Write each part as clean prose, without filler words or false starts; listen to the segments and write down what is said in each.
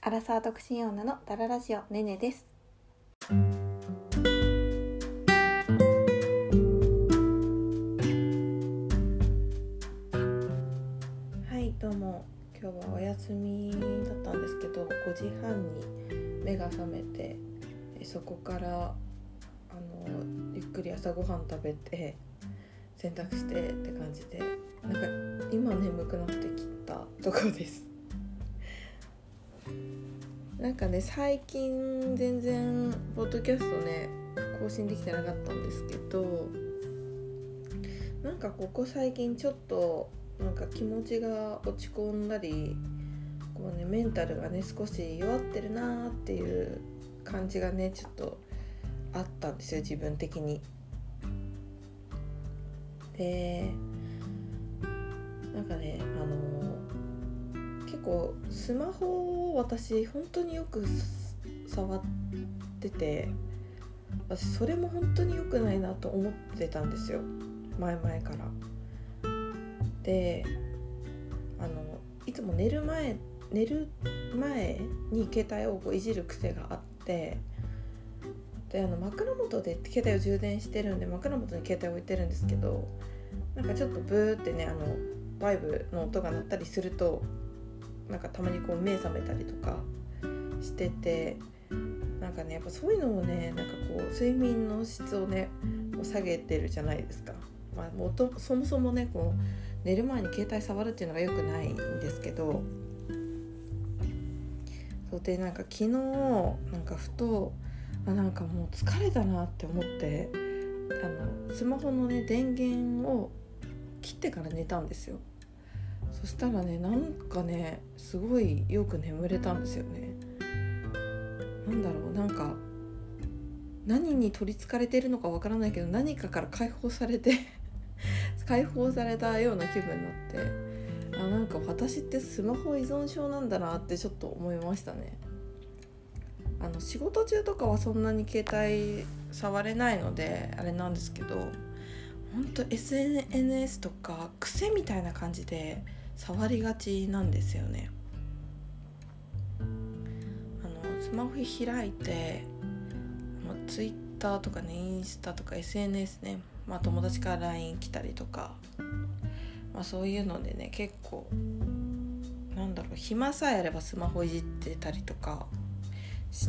アラサー独身女のダララジオねねです。はい、どうも。今日はお休みだったんですけど、5時半に目が覚めて、そこからゆっくり朝ごはん食べて洗濯してって感じで、なんか今眠くなってきたところです。なんかね、最近全然ポッドキャストね更新できてなかったんですけど、なんかここ最近ちょっとなんか気持ちが落ち込んだり、こうねメンタルがね少し弱ってるなっていう感じがねちょっとあったんですよ、自分的に。で、なんかね結構スマホを私本当によく触ってて、私それも本当に良くないなと思ってたんですよ、前々から。で、いつも寝る前に携帯をこういじる癖があって、で枕元で携帯を充電してるんで枕元に携帯を置いてるんですけど、なんかちょっとブーってねバイブの音が鳴ったりすると、なんかたまにこう目覚めたりとかしてて、なんかねやっぱそういうのをね、なんかこう睡眠の質をね下げてるじゃないですか。もうそもそもねこう寝る前に携帯触るっていうのが良くないんですけど、そうで、なんか昨日なんかふとなんかもう疲れたなって思って、スマホのね電源を切ってから寝たんですよ。そしたらね、なんかねすごいよく眠れたんですよね。なんだろう、なんか何に取り憑かれているのかわからないけど、何かから解放されて解放されたような気分になって、なんか私ってスマホ依存症なんだなってちょっと思いましたね。仕事中とかはそんなに携帯触れないのであれなんですけど、ほんと SNS とか癖みたいな感じで触りがちなんですよね。スマホ開いて、Twitter とかね、インスタとか SNS ね、友達から LINE 来たりとか、そういうのでね結構なんだろう、暇さえあればスマホいじってたりとかして、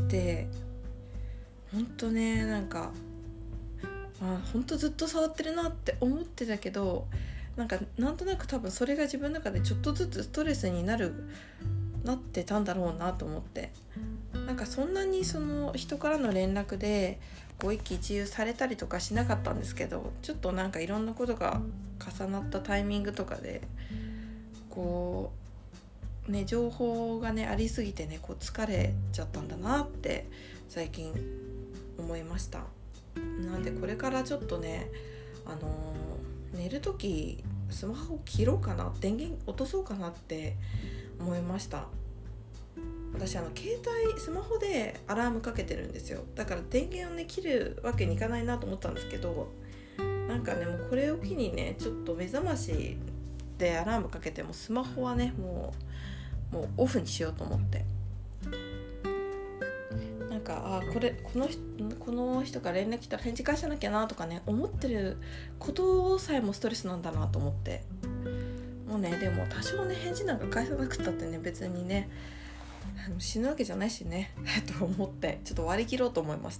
ほんとねなんかほんとずっと触ってるなって思ってたけど、なんとなく多分それが自分の中でちょっとずつストレスになってたんだろうなと思って、なんかそんなにその人からの連絡でこう一喜一憂されたりとかしなかったんですけど、ちょっとなんかいろんなことが重なったタイミングとかでこうね情報がねありすぎてねこう疲れちゃったんだなって最近思いました。なんでこれからちょっとね寝るときスマホ切ろうかな、電源落とそうかなって思いました。私携帯スマホでアラームかけてるんですよ。だから電源をね切るわけにいかないなと思ったんですけど、なんかねもうこれを機にねちょっと目覚ましでアラームかけてもスマホはねもうオフにしようと思って、なんかこの人から連絡来たら返事返さなきゃなとかね思ってることさえもストレスなんだなと思って、もうねでも多少ね返事なんか返さなくったってね別にね死ぬわけじゃないしねと思ってちょっと割り切ろうと思いました。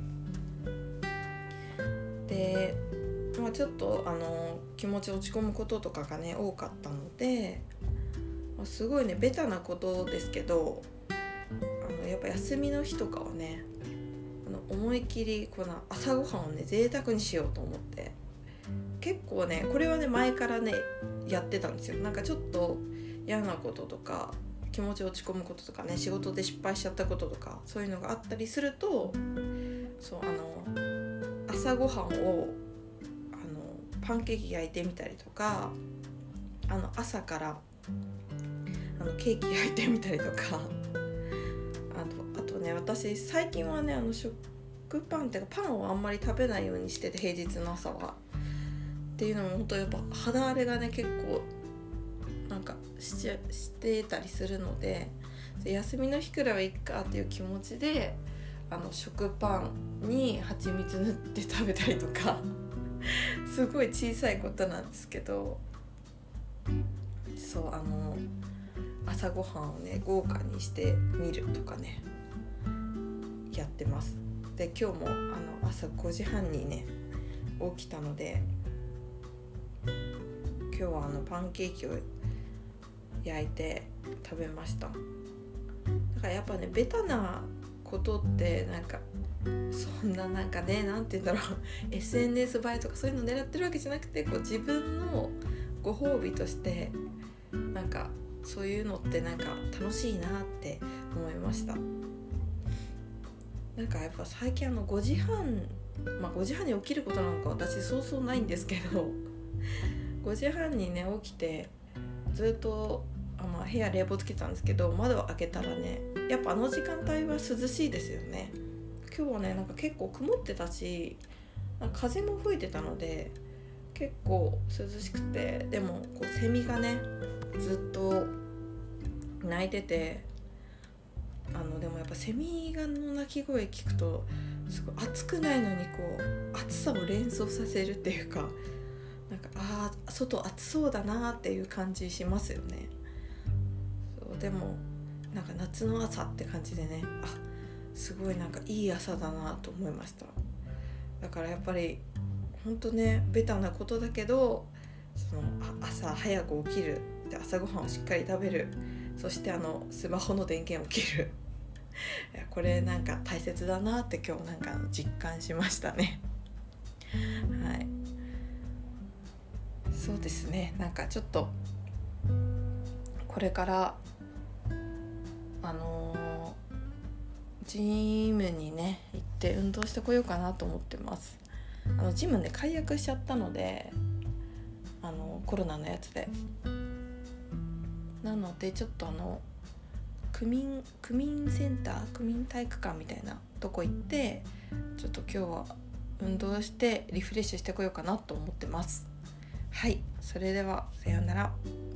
で、ちょっと気持ち落ち込むこととかがね多かったので、すごいねベタなことですけど、やっぱ休みの日とかはね思い切りこの朝ごはんをね贅沢にしようと思って、結構ねこれはね前からねやってたんですよ。なんかちょっと嫌なこととか気持ち落ち込むこととかね、仕事で失敗しちゃったこととかそういうのがあったりすると、そう朝ごはんをパンケーキ焼いてみたりとか、朝からケーキ焼いてみたりとか、あとね私最近はね食パンっていうかパンをあんまり食べないようにしてて、平日の朝はっていうのも本当やっぱ肌荒れがね結構なんかしてたりするので、 休みの日くらいはいいかっていう気持ちで食パンに蜂蜜塗って食べたりとかすごい小さいことなんですけど、そう朝ごはんをね豪華にしてみるとかねやってます。で今日も朝5時半にね起きたので、今日はパンケーキを焼いて食べました。だからやっぱねベタなことってなんかそんななんかねなんて言うんだろうSNS 映えとかそういうの狙ってるわけじゃなくて、こう自分のご褒美としてなんかそういうのってなんか楽しいなって思いました。なんかやっぱ最近5時半5時半に起きることなんか私そうそうないんですけど5時半にね起きてずっと部屋冷房つけたんですけど、窓を開けたらねやっぱ時間帯は涼しいですよね。今日はねなんか結構曇ってたし風も吹いてたので結構涼しくて、でもこうセミがねずっと鳴いててでもやっぱセミの鳴き声聞くとすごい暑くないのにこう暑さを連想させるっていうか、なんか外暑そうだなっていう感じしますよね。そうでもなんか夏の朝って感じでね、すごいなんかいい朝だなと思いました。だからやっぱりほんとねベタなことだけど、朝早く起きるで朝ごはんをしっかり食べる、そしてスマホの電源を切るこれなんか大切だなって今日なんか実感しましたね。はい、そうですね。なんかちょっとこれからジムにね行って運動してこようかなと思ってます。ジムね解約しちゃったのでコロナのやつで、なのでちょっと区民センター区民体育館みたいなとこ行ってちょっと今日は運動してリフレッシュしてこようかなと思ってます。はい、それではさようなら。